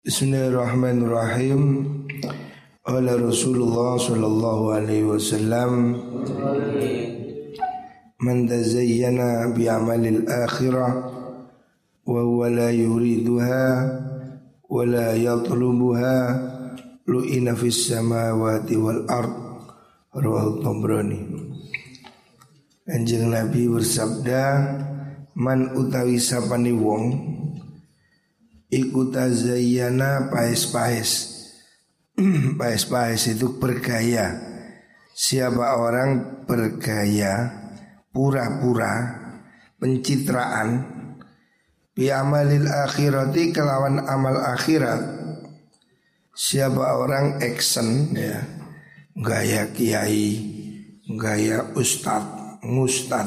Bismillahirrahmanirrahim. Qala Rasulullah sallallahu alaihi wasallam, man tazayyana bi amalil akhirah wa huwa la yuriduha wa la yatlubuha lu'ina fis samawati wal ard. Rawahu Tabrani. Kanjeng Nabi bersabda, man utawi sapane wong iku tazayyana paes-paes. Paes-paes itu bergaya. Siapa orang bergaya, pura-pura, pencitraan, bi amalil akhirati kelawan amal akhirat. Siapa orang action ya, gaya kiai, gaya ustad, mustad.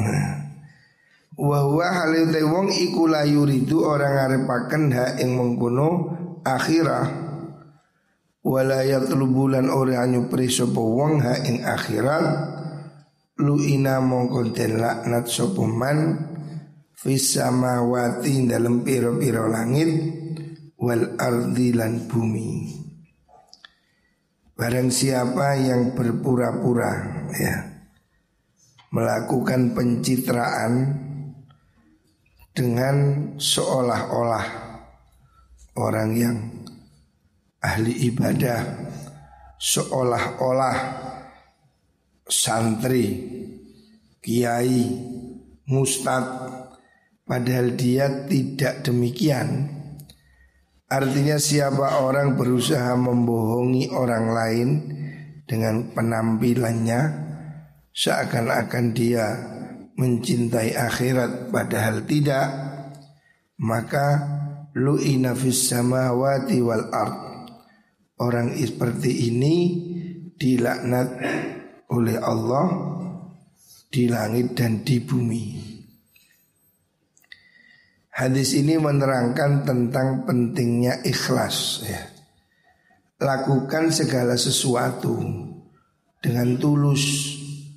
Wa huwa halite wong iku la yuridu orang ngarepaken ha ing mengkono akhirah, wala yatlubulan ora nyupri sapa wong ha ing akhirat, lu'ina mongko den laknat sapa man fis samawati dalem pira-pira langit wal ardi lan bumi. Barang siapa yang berpura-pura ya, melakukan pencitraan dengan seolah-olah orang yang ahli ibadah, seolah-olah santri, kiai, mustad, padahal dia tidak demikian. Artinya siapa orang berusaha membohongi orang lain dengan penampilannya, seakan-akan dia mencintai akhirat padahal tidak, maka lu'ina fis samawati wal ard. Orang seperti ini dilaknat oleh Allah di langit dan di bumi. Hadis ini menerangkan tentang pentingnya ikhlas ya. Lakukan segala sesuatu dengan tulus.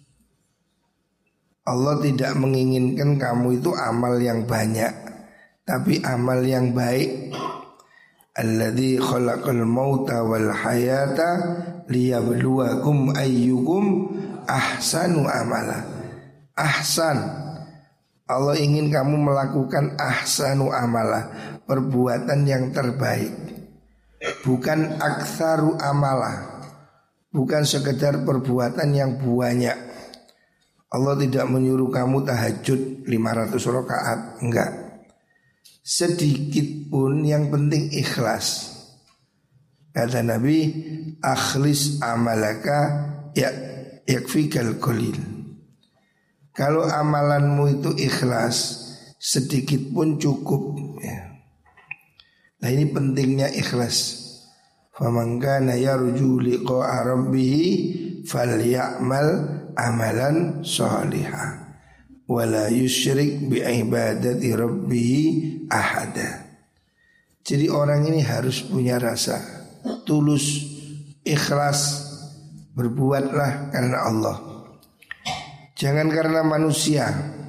Allah tidak menginginkan kamu itu amal yang banyak, tapi amal yang baik. Alladzi khalaqal mauta wal hayata liyabluwakum ayyukum ahsanu amala. Ahsan, Allah ingin kamu melakukan ahsanu amala, perbuatan yang terbaik. Bukan aktsaru amala, bukan sekedar perbuatan yang banyak. Allah tidak menyuruh kamu tahajud 500 rakaat, enggak. Sedikit pun, yang penting ikhlas. Kata Nabi, akhlis amalaka ya yakfikal qalil. Kalau amalanmu itu ikhlas, sedikit pun cukup ya. Nah ini pentingnya ikhlas. Faman kana yarju liqa'a rabbih falyamal amalan salihah wala yusyrik bi ibadati rabbih ahada. Jadi orang ini harus punya rasa tulus, ikhlas, berbuatlah karena Allah, jangan karena manusia.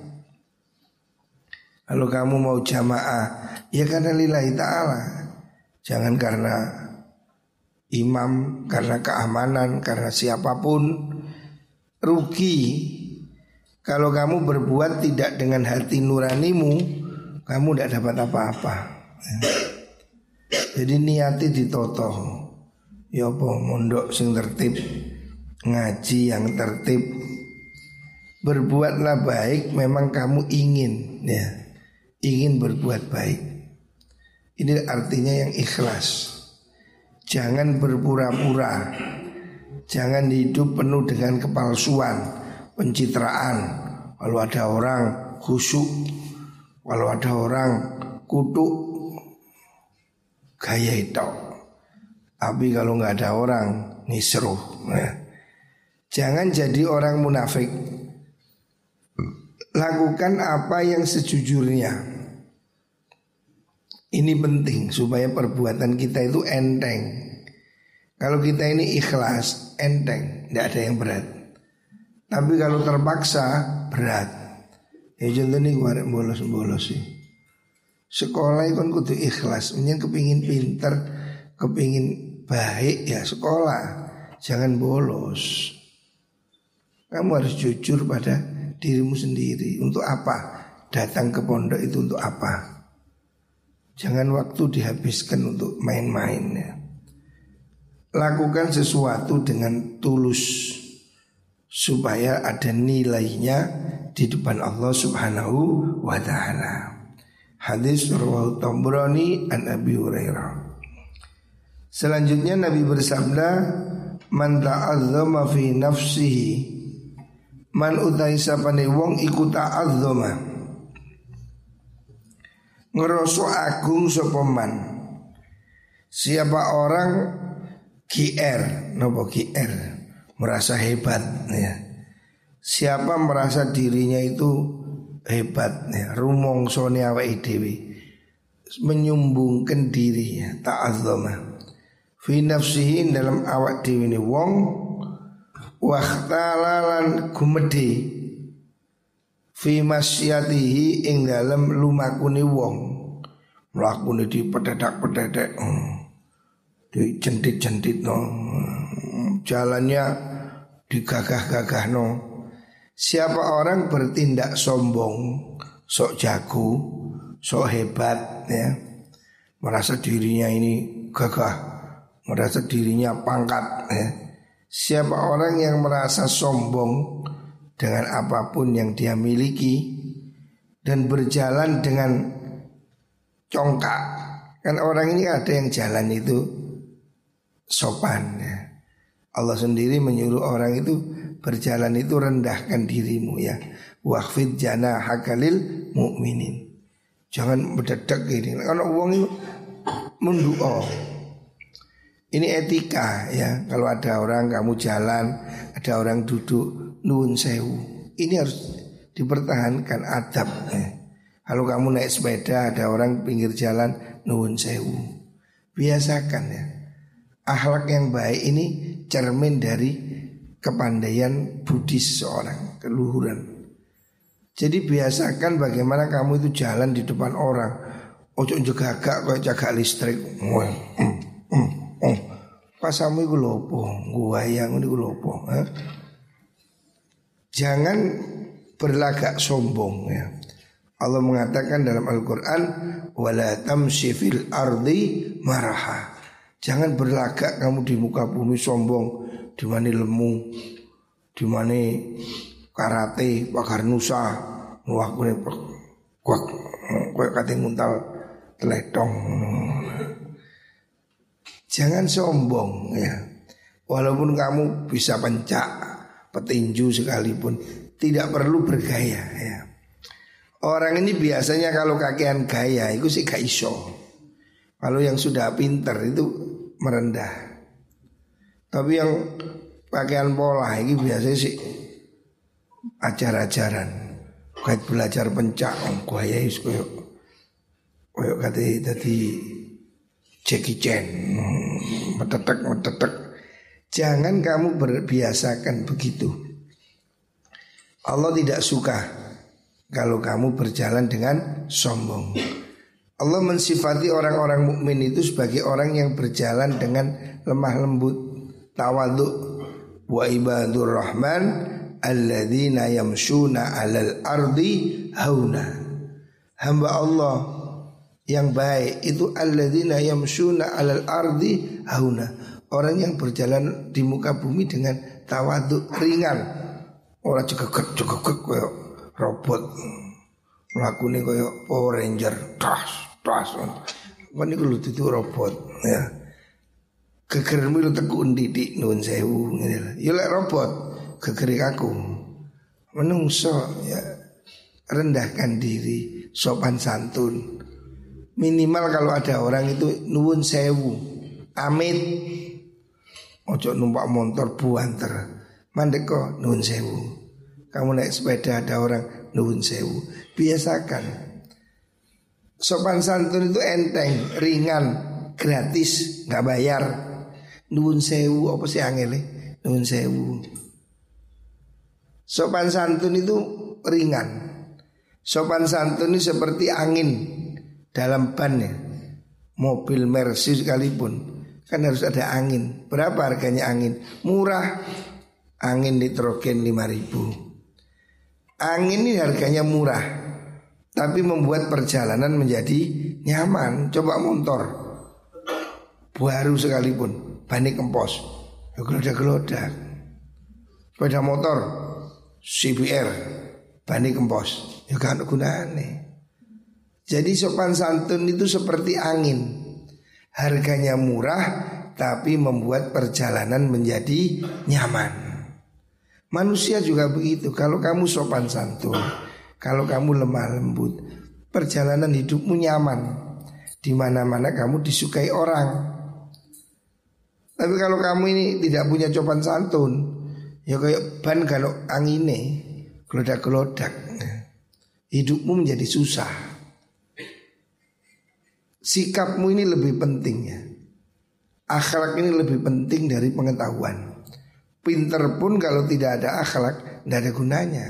Kalau kamu mau jamaah, ya karena lillahi ta'ala, jangan karena imam, karena keamanan, karena siapapun. Rugi kalau kamu berbuat tidak dengan hati nuranimu, kamu tidak dapat apa-apa. Jadi niati ditoto. Ya apa mondok sing tertib, ngaji yang tertib. Berbuatlah baik memang kamu ingin ya, ingin berbuat baik. Ini artinya yang ikhlas. Jangan berpura-pura. Jangan hidup penuh dengan kepalsuan, pencitraan. Kalau ada orang khusyuk, kalau ada orang kutuk, gaya itu. Tapi kalau nggak ada orang nisruh. Jangan jadi orang munafik. Lakukan apa yang sejujurnya. Ini penting supaya perbuatan kita itu enteng. Kalau kita ini ikhlas, enteng, tidak ada yang berat. Tapi kalau terpaksa, berat. Ya contoh ini kemarin bolos-bolos sih. Sekolah kan kudu ikhlas. Menyen kepingin pinter, kepingin baik ya sekolah. Jangan bolos. Kamu harus jujur pada dirimu sendiri. Untuk apa? Datang ke pondok itu untuk apa? Jangan waktu dihabiskan untuk main-main ya. Lakukan sesuatu dengan tulus supaya ada nilainya di depan Allah Subhanahu wa ta'ala. Hadis riwayat Tabrani an Abi Hurairah. Selanjutnya Nabi bersabda, man ta'azzama fi nafsihi, man utai sapane wong iku ta'azzama, ngeroso agung sapa man. Siapa orang GR, nopo GR, merasa hebat ya. Siapa merasa dirinya itu hebat ya, rumongsone awake dhewe, menyumbungkan diri ya, ta'azzama fi nafsihi, dalam awak dhewe ne wong, wahtalalan gumedhe fi masyatihi, ing dalam lumakune wong, mlakune di pededak-pededek, di jentit-jentit no, jalannya digagah-gagah no. Siapa orang bertindak sombong, sok jago, sok hebat ya, merasa dirinya ini gagah, merasa dirinya pangkat ya. Siapa orang yang merasa sombong dengan apapun yang dia miliki dan berjalan dengan congkak. Kan orang ini ada yang jalan itu sopan ya. Allah sendiri menyuruh orang itu berjalan itu rendahkan dirimu ya. Waqfid janahaka lil mu'minin. Jangan mendadak ini. Kalau uang itu menduo. Ini etika ya. Kalau ada orang kamu jalan, ada orang duduk, nuwun sewu. Ini harus dipertahankan adab ya. Kalau kamu naik sepeda, ada orang pinggir jalan, nuwun sewu. Biasakan ya. Akhlak yang baik ini cermin dari kepandaian budi seseorang, keluhuran. Jadi biasakan bagaimana kamu itu jalan di depan orang, ojo jegagak kayak jaga listrik. Pasamu iku lopo, guayang iku lopo. Jangan berlagak sombong ya. Allah mengatakan dalam Al-Quran, wala tamshi fil ardi maraha. Jangan berlagak kamu di muka bumi sombong, di mana lemu, di mana karate, pagar nusa, wah kuek kating muntal teledong. Jangan sombong ya. Walaupun kamu bisa pencak, petinju sekalipun, tidak perlu bergaya ya. Orang ini biasanya kalau kakean gaya itu sih gak iso. Kalau yang sudah pinter itu merendah. Tapi yang pakaian pola ini biasanya sih ajar-ajaran. Kayak belajar pencak, gaya is koyo kate tadi Jackie Chan, metetek. Jangan kamu berbiasakan begitu. Allah tidak suka kalau kamu berjalan dengan sombong. Allah mensifati orang-orang mukmin itu sebagai orang yang berjalan dengan lemah lembut, tawadhu. Wa ibadur rahman alladzina yamshuna 'alal ardi hauna. Hamba Allah yang baik itu alladzina yamshuna 'alal ardi hauna. Orang yang berjalan di muka bumi dengan tawadhu, ringan. Ora cegek koyo robot. Mlakune koyo Power Ranger, tas. Kan iku lho itu robot ya. Gegermu lu teku ndidik nuwun sewu ngene. Ya lek robot gegeri aku. Menungso ya, rendahkan diri, sopan santun. Minimal kalau ada orang itu nuwun sewu, amit. Ojo numpak motor buanter. Mandek kok nuwun sewu. Kamu naik sepeda ada orang nuwun sewu. Biasakan. Sopan santun itu enteng, ringan, gratis, nggak bayar. Nuwun sewu apa sih angele? Nuwun sewu. Sopan santun itu ringan. Sopan santun itu seperti angin dalam ban ya, mobil Mercy sekalipun kan harus ada angin. Berapa harganya angin? Murah. Angin nitrogen 5.000. Angin ini harganya murah, tapi membuat perjalanan menjadi nyaman. Coba motor baru sekalipun bannya kempos, ya gelodak-gelodak. Sepeda motor CBR bannya kempos, ya gak ada gunanya. Jadi sopan santun itu seperti angin, harganya murah tapi membuat perjalanan menjadi nyaman. Manusia juga begitu. Kalau kamu sopan santun, kalau kamu lemah lembut, perjalanan hidupmu nyaman. Di mana-mana kamu disukai orang. Tapi kalau kamu ini tidak punya sopan santun, ya kayak ban kalau angine gelodak-gelodak, hidupmu menjadi susah. Sikapmu ini lebih penting ya. Akhlak ini lebih penting dari pengetahuan. Pinter pun kalau tidak ada akhlak, tidak ada gunanya.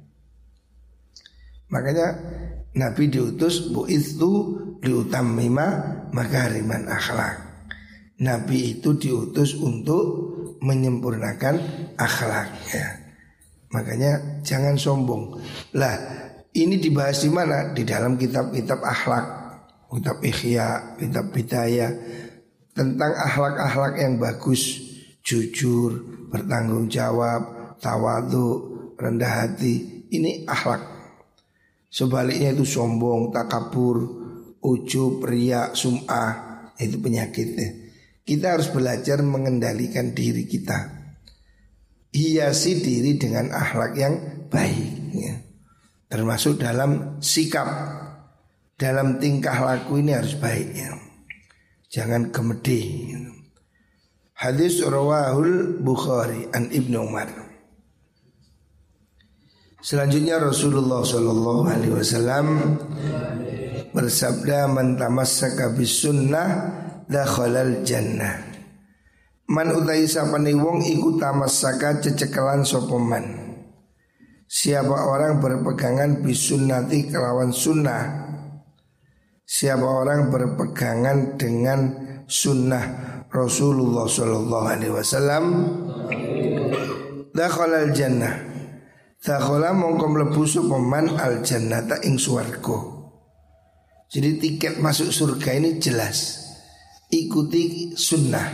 Makanya Nabi diutus bu'itsu liutammima makariman akhlak. Nabi itu diutus untuk menyempurnakan akhlak ya. Makanya jangan sombong. Lah, ini dibahas di mana? Di dalam kitab-kitab akhlak, kitab Ihya, kitab Bidayah, tentang akhlak-akhlak yang bagus, jujur, bertanggung jawab, tawadhu, rendah hati. Ini akhlak. Sebaliknya itu sombong, takabur, ujub, riya, sum'ah, itu penyakitnya. Kita harus belajar mengendalikan diri kita, hiasi diri dengan akhlak yang baik ya. Termasuk dalam sikap, dalam tingkah laku ini harus baik ya. Jangan gemedi. Hadis rawahul Bukhari an Ibnu Umar. Selanjutnya Rasulullah sallallahu alaihi wasallam bersabda, man tamassaka bis sunnah dakhalal jannah. Man utai sapane wong iku tamassaka cecekelan sapa man. Siapa orang berpegangan bis sunnati kelawan sunnah, siapa orang berpegangan dengan sunnah Rasulullah sallallahu alaihi wasallam, dakhalal jannah. Dakhala mongko mlebu sapa man al jannata ing swarga. Jadi tiket masuk surga ini jelas. Ikuti sunnah.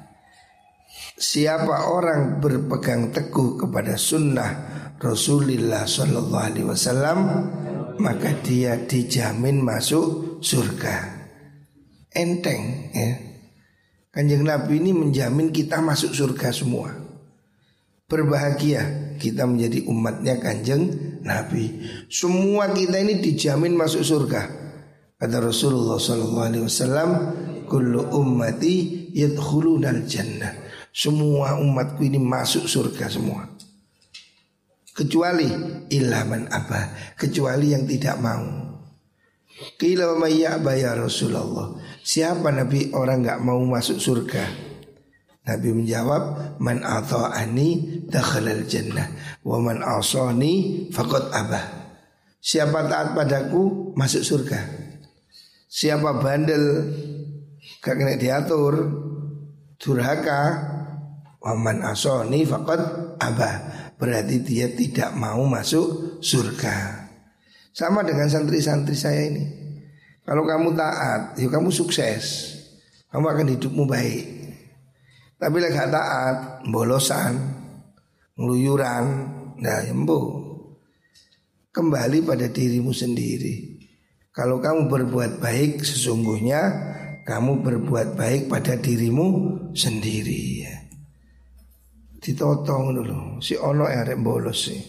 Siapa orang berpegang teguh kepada sunnah Rasulullah sallallahu alaihi wasallam, maka dia dijamin masuk surga. Enteng ya. Kanjeng Nabi ini menjamin kita masuk surga semua. Berbahagia kita menjadi umatnya Kanjeng Nabi. Semua kita ini dijamin masuk surga. Kata Rasulullah sallallahu alaihi wasallam, kullu ummati yadkhulunal jannah. Semua umatku ini masuk surga semua. Kecuali illa man aba, kecuali yang tidak mau. Qila wa may ya'ba ya Rasulullah. Siapa Nabi orang enggak mau masuk surga? Nabi menjawab, man ata'ani dakhalal jannah wa man asani faqad aba. Siapa taat padaku masuk surga. Siapa bandel gak kena diatur, durhaka, waman asoni faqad abah, berarti dia tidak mau masuk surga. Sama dengan santri-santri saya ini. Kalau kamu taat, ya kamu sukses, kamu akan hidupmu baik. Tapi lagi gak taat, bolosan, ngeluyuran, nah embo, kembali pada dirimu sendiri. Kalau kamu berbuat baik, sesungguhnya kamu berbuat baik pada dirimu sendiri ya. Ditotong dulu, si ono arek bolos sih.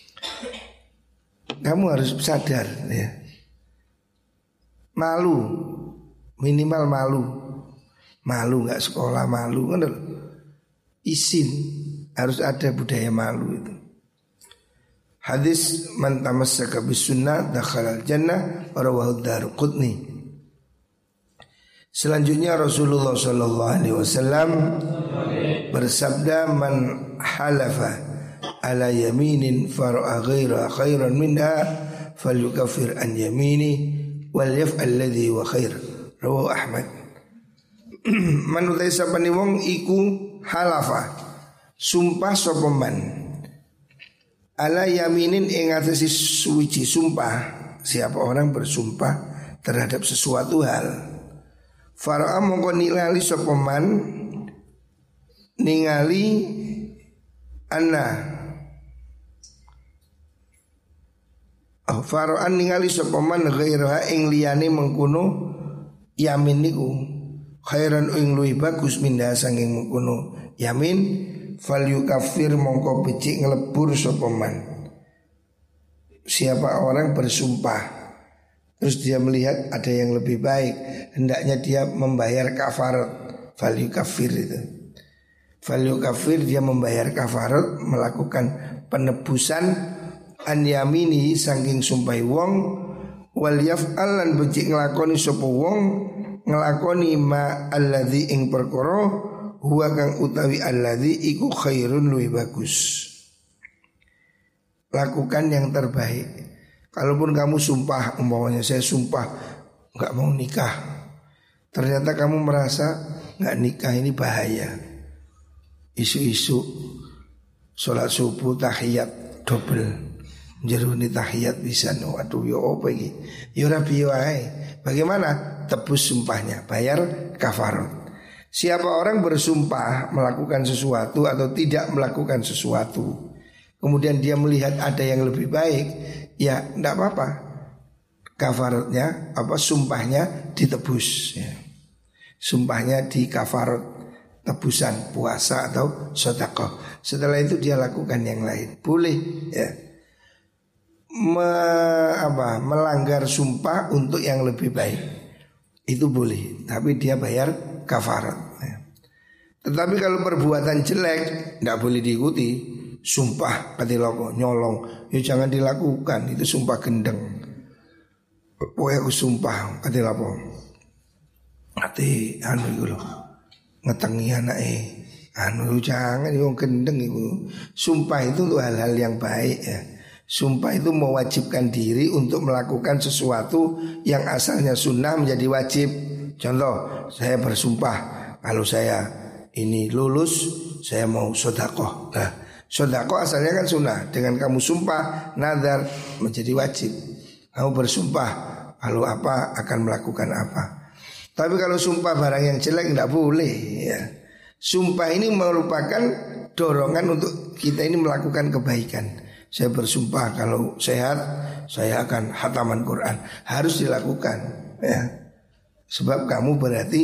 Kamu harus sadar ya. Malu, minimal malu. Malu gak sekolah, malu kan. Isin, harus ada budaya malu itu. Hadis man tamassaka bis sunnah dakhalal jannah rawahu Daruqutni. Selanjutnya Rasulullah sallallahu alaihi wasallam bersabda, man halafa ala yaminin fara'a ghaira khairan minha falyukaffir an yamini wal yaf'al ladzi wa khair. Rawahu Ahmad. Man utai sapane wong iku halafa sumpah sapa man ala yaminin ing atase suwiji sumpah. Siapa orang bersumpah terhadap sesuatu hal, fara'a mongko ningali sapa man ningali anna fara'an ningali sapa man ghairaha ing liyane mengkono yamin niku khairan ing luwih bagus minda sanging mengkono yamin fal yukafir mongko becik nglebur sapa man. Siapa orang bersumpah terus dia melihat ada yang lebih baik, hendaknya dia membayar kafarat. Fal yukafir itu, fal yukafir dia membayar kafarat, melakukan penebusan an yamini saking sumpai wong wal yaf'al lan becik nglakoni sapa wong nglakoni ma alladzi ing perkara huwa kang utawi alladzi iku khairun luwih bagus. Lakukan yang terbaik. Kalaupun kamu sumpah, umpamanya saya sumpah nggak mau nikah, ternyata kamu merasa nggak nikah ini bahaya. Isu-isu sholat subuh tahiyat double, jeruni tahiyat bisa, waduh yo apa iki? Yo rabi wae. Bagaimana? Tebus sumpahnya, bayar kafarat. Siapa orang bersumpah melakukan sesuatu atau tidak melakukan sesuatu, kemudian dia melihat ada yang lebih baik, ya tidak apa-apa, kafaratnya sumpahnya ditebus ya. Sumpahnya di kafarat, tebusan puasa atau sedekah. Setelah itu dia lakukan yang lain, boleh ya. Melanggar sumpah untuk yang lebih baik itu boleh, tapi dia bayar kafarat ya. Tetapi kalau perbuatan jelek tidak boleh diikuti. Sumpah katiloko nyolong, ya jangan dilakukan, itu sumpah gendeng. Pokoknya aku sumpah katiloko ati anu iku lho ngetengi anake anu, jangan yo gendeng itu. Sumpah itu untuk hal-hal yang baik ya. Sumpah itu mewajibkan diri untuk melakukan sesuatu yang asalnya sunnah menjadi wajib. Contoh, saya bersumpah kalau saya ini lulus saya mau sedekah. Nah, sedekah asalnya kan sunnah. Dengan kamu sumpah nazar menjadi wajib. Kamu bersumpah kalau apa akan melakukan apa. Tapi kalau sumpah barang yang jelek tidak boleh ya. Sumpah ini merupakan dorongan untuk kita ini melakukan kebaikan. Saya bersumpah kalau sehat saya akan khataman Quran. Harus dilakukan ya. Sebab kamu berarti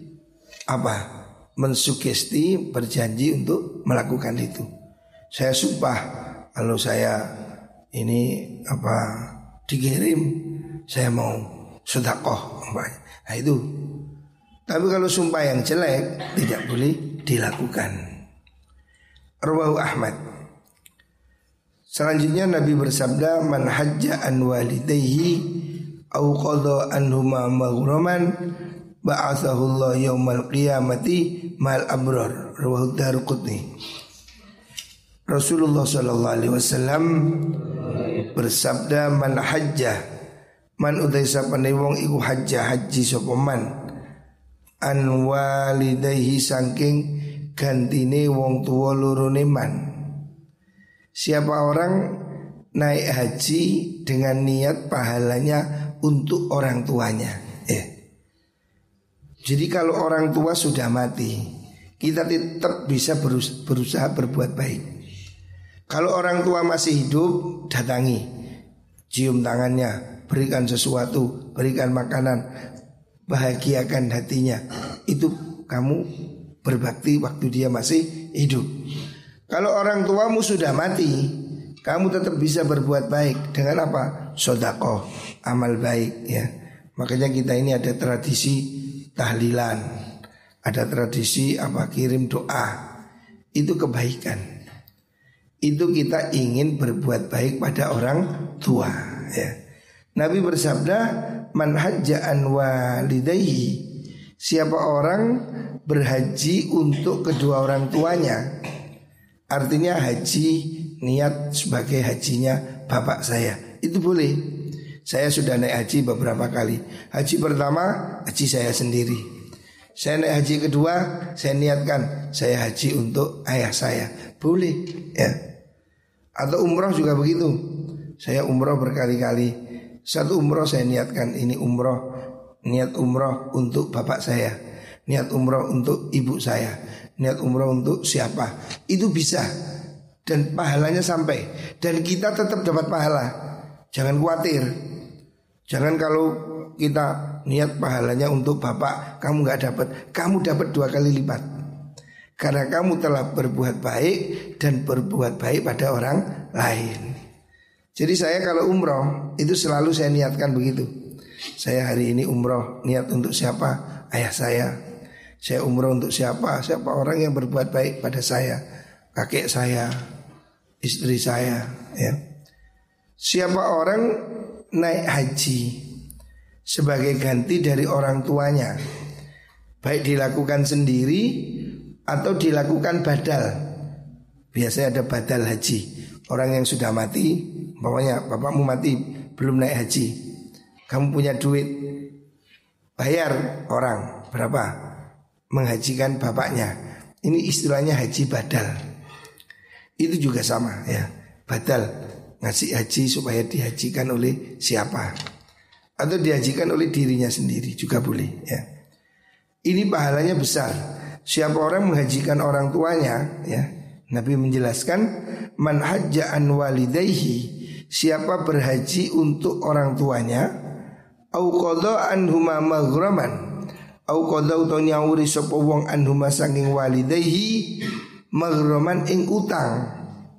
mensugesti, berjanji untuk melakukan itu. Saya sumpah kalau saya ini dikirim saya mau sedekah. Nah itu. Tapi kalau sumpah yang jelek tidak boleh dilakukan. Rawahu Ahmad. Selanjutnya Nabi bersabda, man hajja an walidayhi au qadha anhuma maghraman ba'athahu Allah yaumal qiyamati mal abrar. Rawahu Daruqutni. Rasulullah sallallahu alaihi wasallam bersabda, man hajja, man utai sapane wong iku haji sapa man an walidayhi saking gantine wong tuwa lorone man. Siapa orang naik haji dengan niat pahalanya untuk orang tuanya Jadi kalau orang tua sudah mati, kita tetap bisa berusaha berbuat baik. Kalau orang tua masih hidup, datangi, cium tangannya, berikan sesuatu, berikan makanan, bahagiakan hatinya. Itu kamu berbakti waktu dia masih hidup. Kalau orang tuamu sudah mati, kamu tetap bisa berbuat baik dengan apa? Sedekah, amal baik ya. Makanya kita ini ada tradisi tahlilan, ada tradisi kirim doa. Itu kebaikan. Itu kita ingin berbuat baik pada orang tua ya. Nabi bersabda, man hajja an walidayhi, siapa orang berhaji untuk kedua orang tuanya. Artinya haji niat sebagai hajinya bapak saya, itu boleh. Saya sudah naik haji beberapa kali. Haji pertama, haji saya sendiri. Saya naik haji kedua, saya niatkan saya haji untuk ayah saya. Boleh ya. Atau umroh juga begitu. Saya umroh berkali-kali. Satu umroh saya niatkan ini umroh, niat umroh untuk bapak saya, niat umroh untuk ibu saya, niat umroh untuk siapa. Itu bisa. Dan pahalanya sampai. Dan kita tetap dapat pahala. Jangan khawatir. Jangan kalau kita niat pahalanya untuk bapak, kamu gak dapat. Kamu dapat 2 kali lipat. Karena kamu telah berbuat baik dan berbuat baik pada orang lain. Jadi saya kalau umroh itu selalu saya niatkan begitu. Saya hari ini umroh niat untuk siapa? Ayah saya. Saya umroh untuk siapa? Siapa orang yang berbuat baik pada saya? Kakek saya, istri saya ya. Siapa orang naik haji sebagai ganti dari orang tuanya, baik dilakukan sendiri atau dilakukan badal. Biasanya ada badal haji. Orang yang sudah mati, umpamanya bapakmu mati belum naik haji, kamu punya duit, bayar orang berapa menghajikan bapaknya. Ini istilahnya haji badal. Itu juga sama ya, badal, ngasih haji supaya dihajikan oleh siapa, atau dihajikan oleh dirinya sendiri juga boleh ya. Ini pahalanya besar. Siapa orang menghajikan orang tuanya ya, Nabi menjelaskan man hajja an walidayhi, siapa berhaji untuk orang tuanya, au qada anhuma maghraman, au qada utawa nyauri sapa wong anhuma saking walidayhi maghraman ing utang.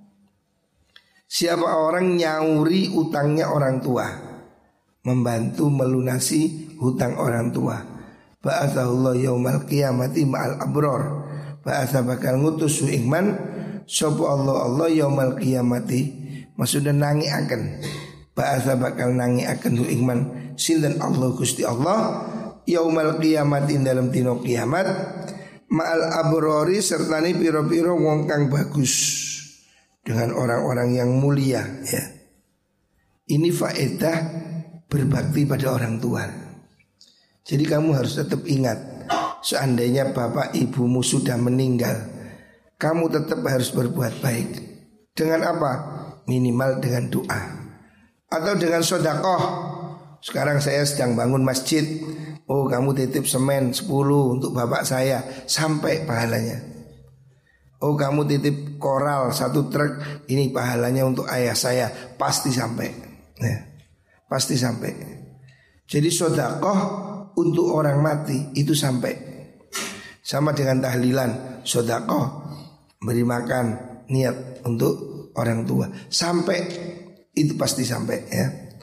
Siapa orang nyauri utangnya orang tua, membantu melunasi hutang orang tua, ba'athahullah yaumal qiyamati ma'al abror, ba'atha bakal ngutus iman sapa Allah yaumal qiyamati, maksudnya nangi akan, ba'atha bakal nangi akan iman sinten Allah Gusti Allah yaumal qiyamati dalam dino kiamat ma'al abrori sertane piro-piro wong kang bagus, dengan orang-orang yang mulia ya. Ini faedah berbakti pada orang tua. Jadi kamu harus tetap ingat, seandainya bapak ibumu sudah meninggal, kamu tetap harus berbuat baik. Dengan apa? Minimal dengan doa atau dengan sedekah. Sekarang saya sedang bangun masjid, oh kamu titip semen 10 untuk bapak saya, sampai pahalanya. Oh kamu titip koral 1 truk, ini pahalanya untuk ayah saya, pasti sampai ya, pasti sampai. Jadi sedekah untuk orang mati itu sampai. Sama dengan tahlilan, sedekah, beri makan, niat untuk orang tua, sampai, itu pasti sampai ya.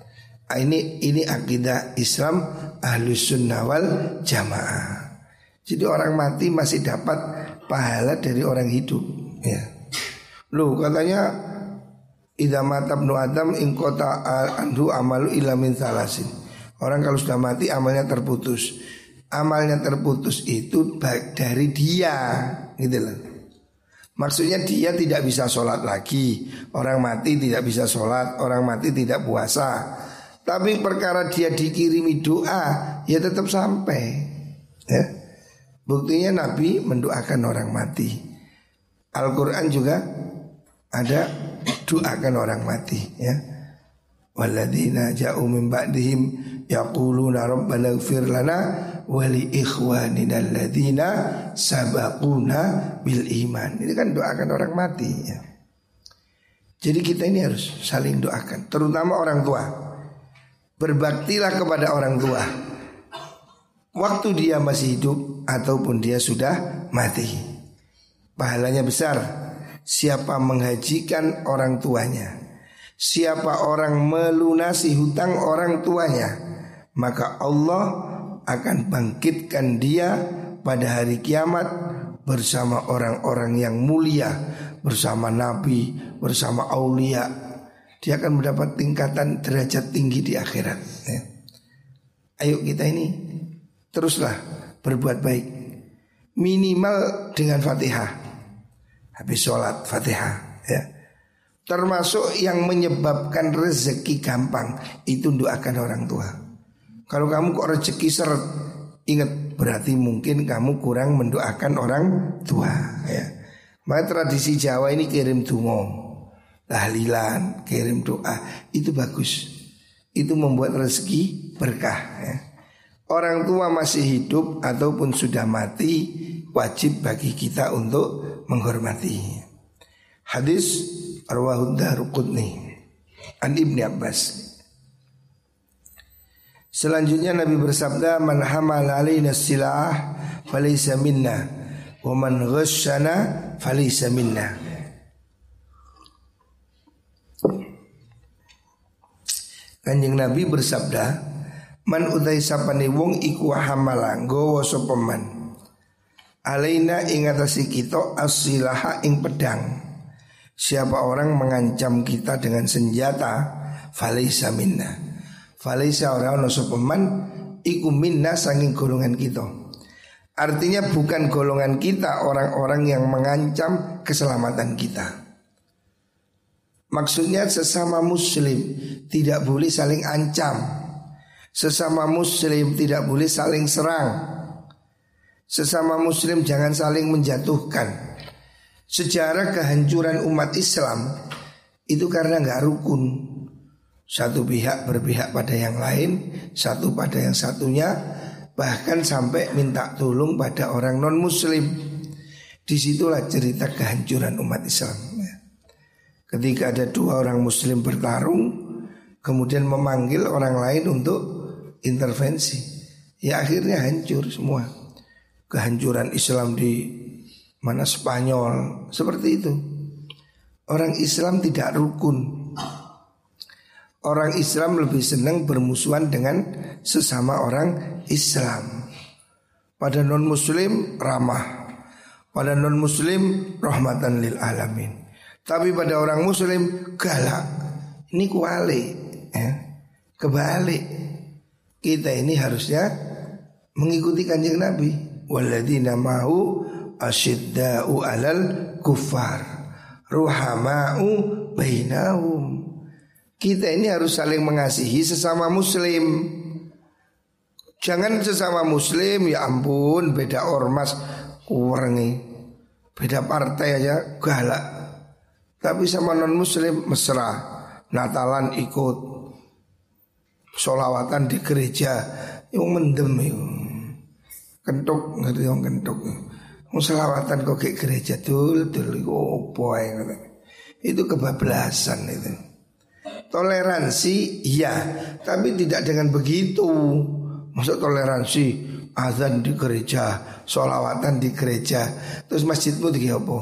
Ini akidah Islam Ahlus Sunnah wal Jamaah. Jadi orang mati masih dapat pahala dari orang hidup ya. Loh katanya idza mata ibnu adam in qata anhu amalu illa min salasin. Orang kalau sudah mati amalnya terputus. Amalnya terputus itu dari dia gitu loh. Maksudnya dia tidak bisa sholat lagi. Orang mati tidak bisa sholat, orang mati tidak puasa. Tapi perkara dia dikirimi doa, ya tetap sampai ya. Buktinya Nabi mendoakan orang mati. Al-Quran juga ada doakan orang mati ya. Walladzina ja'u min ba'dihim yaquluna rabbana ighfir lana wa li ikhwanina alladzina sabaquna bil iman. Ini kan doakan orang mati ya. Jadi kita ini harus saling doakan, terutama orang tua. Berbaktilah kepada orang tua waktu dia masih hidup ataupun dia sudah mati. Pahalanya besar. Siapa menghajikan orang tuanya, siapa orang melunasi hutang orang tuanya, maka Allah akan bangkitkan dia pada hari kiamat bersama orang-orang yang mulia, bersama nabi, bersama aulia. Dia akan mendapat tingkatan derajat tinggi di akhirat ya. Ayo kita ini teruslah berbuat baik, minimal dengan Fatihah. Habis sholat Fatihah ya. Termasuk yang menyebabkan rezeki gampang itu doakan orang tua. Kalau kamu kok rezeki seret, ingat berarti mungkin kamu kurang mendoakan orang tua ya. Maka tradisi Jawa ini kirim donga, tahlilan, kirim doa, itu bagus. Itu membuat rezeki berkah ya. Orang tua masih hidup ataupun sudah mati, wajib bagi kita untuk menghormati. Hadis Arwahud Daruqutni an Ibni Abbas. Selanjutnya Nabi bersabda, man hamala alaina silah falaysa minna wa man ghasyana falaysa minna. Kanjeng Nabi bersabda, man utai sapane wong iku hamala nggawa sapa man alaina ing atase kita asilaha ing pedang. Siapa orang mengancam kita dengan senjata, falaisa minna. Falaisa orang sapa man iku minna saking golongan kita. Artinya bukan golongan kita orang-orang yang mengancam keselamatan kita. Maksudnya sesama muslim tidak boleh saling ancam. Sesama muslim tidak boleh saling serang. Sesama muslim jangan saling menjatuhkan. Sejarah kehancuran umat Islam itu karena nggak rukun. Satu pihak berpihak pada yang lain, satu pada yang satunya, bahkan sampai minta tolong pada orang non muslim. Disitulah cerita kehancuran umat Islam. Ketika ada dua orang muslim bertarung, kemudian memanggil orang lain untuk intervensi, ya akhirnya hancur semua. Kehancuran Islam di mana Spanyol seperti itu. Orang Islam tidak rukun. Orang Islam lebih senang bermusuhan dengan sesama orang Islam. Pada non muslim ramah, pada non muslim rahmatan lil alamin. Tapi pada orang muslim galak. Ini kuali ya. Kebalik. Kita ini harusnya mengikuti kanjeng Nabi. Walladzina ma'u asyidda'u alal kuffar ruhama'u bainahum. Kita ini harus saling mengasihi sesama muslim. Jangan sesama muslim ya ampun beda ormas kurengi, beda partai aja galak. Tapi sama non muslim mesra, Natalan ikut, sholawatan di gereja, yang mendem itu. Kentuk ngerti yang kentuk. Selawatan kok ke gereja dul itu kebablasan itu. Toleransi iya, tapi tidak dengan begitu. Maksud toleransi azan di gereja, sholawatan di gereja, terus masjidmu di apa?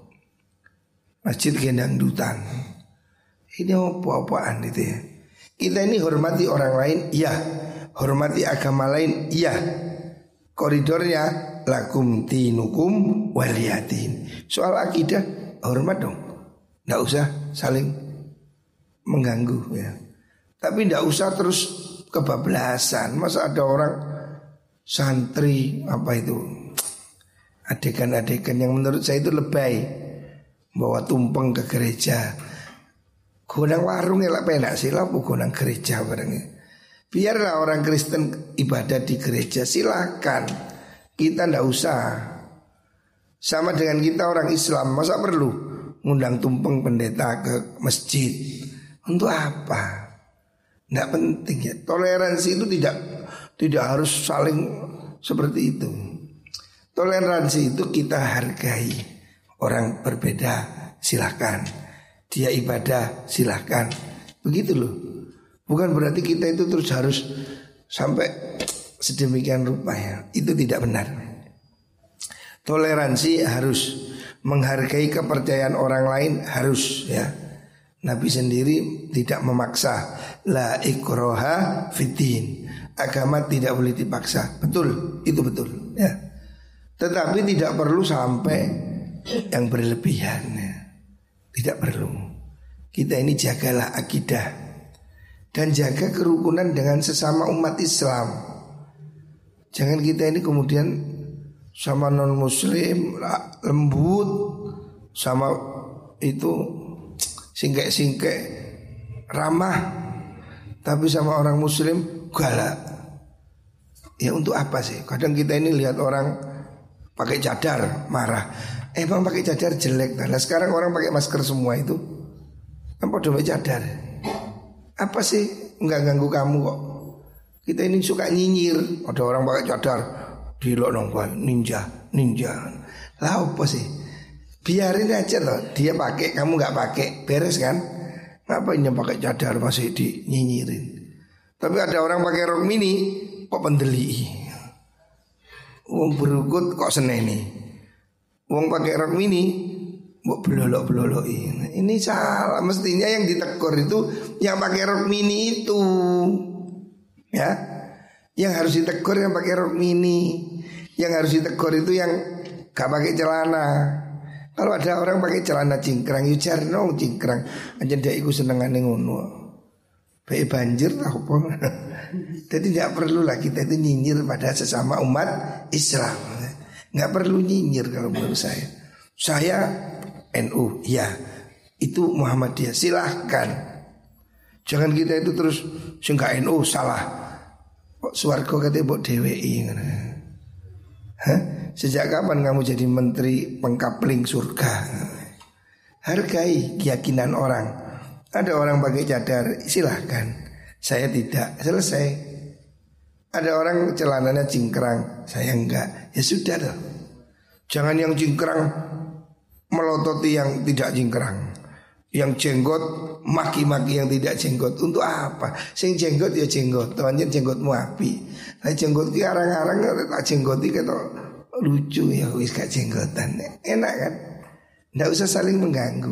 Masjid gendangdutan. Ini apa-apaan itu ya. Kita ini hormati orang lain, iya. Hormati agama lain, iya. Koridornya lakum dinukum waliyatin. Soal akidah hormat dong. Nggak usah saling mengganggu ya. Tapi nggak usah terus kebablasan. Masa ada orang santri apa itu adegan-adegan yang menurut saya itu lebay, bawa tumpeng ke gereja. Gonang warung ya lah penak sih lah, gonang gereja barangnya. Biarlah orang Kristen ibadah di gereja, silakan. Kita ndak usah. Sama dengan kita orang Islam, masa perlu ngundang tumpeng pendeta ke masjid? Untuk apa? Ndak penting ya. Toleransi itu tidak harus saling seperti itu. Toleransi itu kita hargai. Orang berbeda silakan. Dia ibadah silakan. Begitu loh. Bukan berarti kita itu terus harus sampai sedemikian rupa ya. Itu tidak benar. Toleransi harus, menghargai kepercayaan orang lain harus ya. Nabi sendiri tidak memaksa. La ikraha fiddin. Agama tidak boleh dipaksa. Betul, itu betul ya. Tetapi tidak perlu sampai yang berlebihan ya. Tidak perlu. Kita ini jagalah akidah dan jaga kerukunan dengan sesama umat Islam. Jangan kita ini kemudian sama non muslim lembut, sama itu singkek-singkek, ramah, tapi sama orang muslim galak. Ya untuk apa sih? Kadang kita ini lihat orang pakai cadar marah. Emang pakai cadar jelek. Nah sekarang orang pakai masker semua itu apa udah cadar? Apa sih enggak ganggu kamu kok? Kita ini suka nyinyir. Ada orang pakai cadar, dilok nongol ninja. Lah apa sih? Biarin aja loh. Dia pakai, kamu nggak pakai, beres kan? Ngapain yang pakai cadar masih dinyinyirin? Tapi ada orang pakai rok mini, kok pendeli? Wong berukut kok seneni. Wong pakai rok mini, kok belolok-beloloki. Ini salah. Mestinya yang ditegur itu yang pakai rok mini itu. Ya, yang harus ditegur yang pakai rok mini. Yang harus ditegur itu yang gak pakai celana. Kalau ada orang pakai celana cingkrang, you jarno cingkrang, aja dia ikut senengane ngono. Baik banjir lah apa. Jadi tidak perlu lah kita itu nyinyir pada sesama umat Islam. Nggak perlu nyinyir kalau menurut saya. Saya NU, ya itu Muhammadiyah, silahkan. Jangan kita itu terus sehingga NU salah. Kok swarga katanya buat DWI. Hah? Sejak kapan kamu jadi menteri pengkapling surga? Hargai keyakinan orang. Ada orang pakai cadar, silahkan. Saya tidak, selesai. Ada orang celananya cingkrang, saya enggak. Ya sudah loh. Jangan yang cingkrang melototi yang tidak cingkrang. Yang jenggot maki-maki yang tidak jenggot. Untuk apa? Sing jenggot ya jenggot. Temannya jenggotmu api. Nah jenggot ki arang-arang tak jenggoti kata lucu ya wis gak jenggotan. Enak kan? Nggak usah saling mengganggu.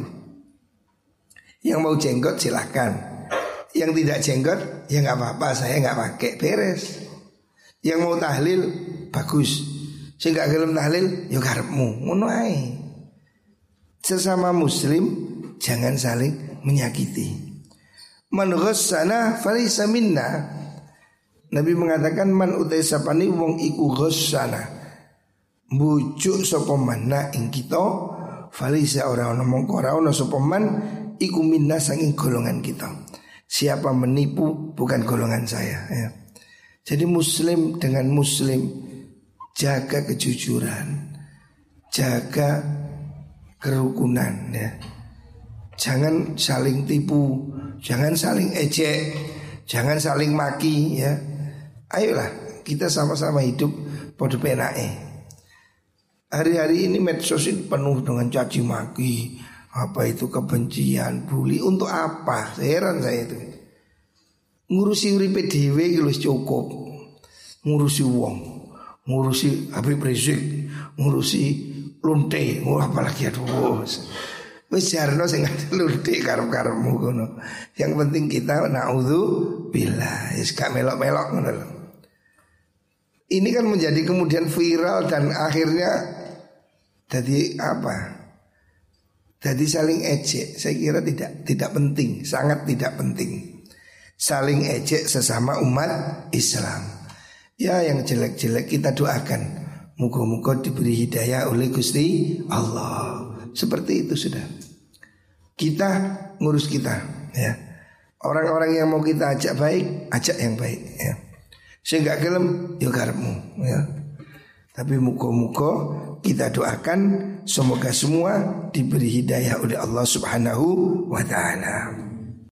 Yang mau jenggot silahkan. Yang tidak jenggot ya nggak apa-apa, saya nggak pakai, beres. Yang mau tahlil bagus. Sing gak gelem tahlil ya karepmu, ngono ae. Sesama muslim jangan saling menyakiti. Man ghassana falaysa minna. Nabi mengatakan man utai sapani wong iku ghassana. Bujuk sapa manna ing kita falaysa ora ana mongko ora ana sapa man iku minna saking golongan kita. Siapa menipu bukan golongan saya ya. Jadi muslim dengan muslim jaga kejujuran, jaga kerukunan ya. Jangan saling tipu, jangan saling ejek, jangan saling maki ya. Ayolah kita sama-sama hidup podo penake. Hari-hari ini medsos ini penuh dengan caci maki, apa itu kebencian, bully. Untuk apa? Heran saya itu. Ngurusi uripe dhewe iki wis cukup. Ngurusi wong, ngurusi Habib Rizik, ngurusi lunte, apalagi aduh. Wis jarno sing lunte karep-karepmu ngono. Yang penting kita naudzubillah, wis gak melok-melok ngono lho. Ini kan menjadi kemudian viral dan akhirnya jadi apa? Jadi saling ejek. Saya kira tidak penting, sangat tidak penting. Saling ejek sesama umat Islam. Ya yang jelek-jelek kita doakan, muga-muga diberi hidayah oleh Gusti Allah. Seperti itu sudah. Kita ngurus kita ya. Orang-orang yang mau kita ajak baik, ajak yang baik ya. Sehingga gelem yo karepmu ya. Tapi muga-muga kita doakan semoga semua diberi hidayah oleh Allah Subhanahu wa taala.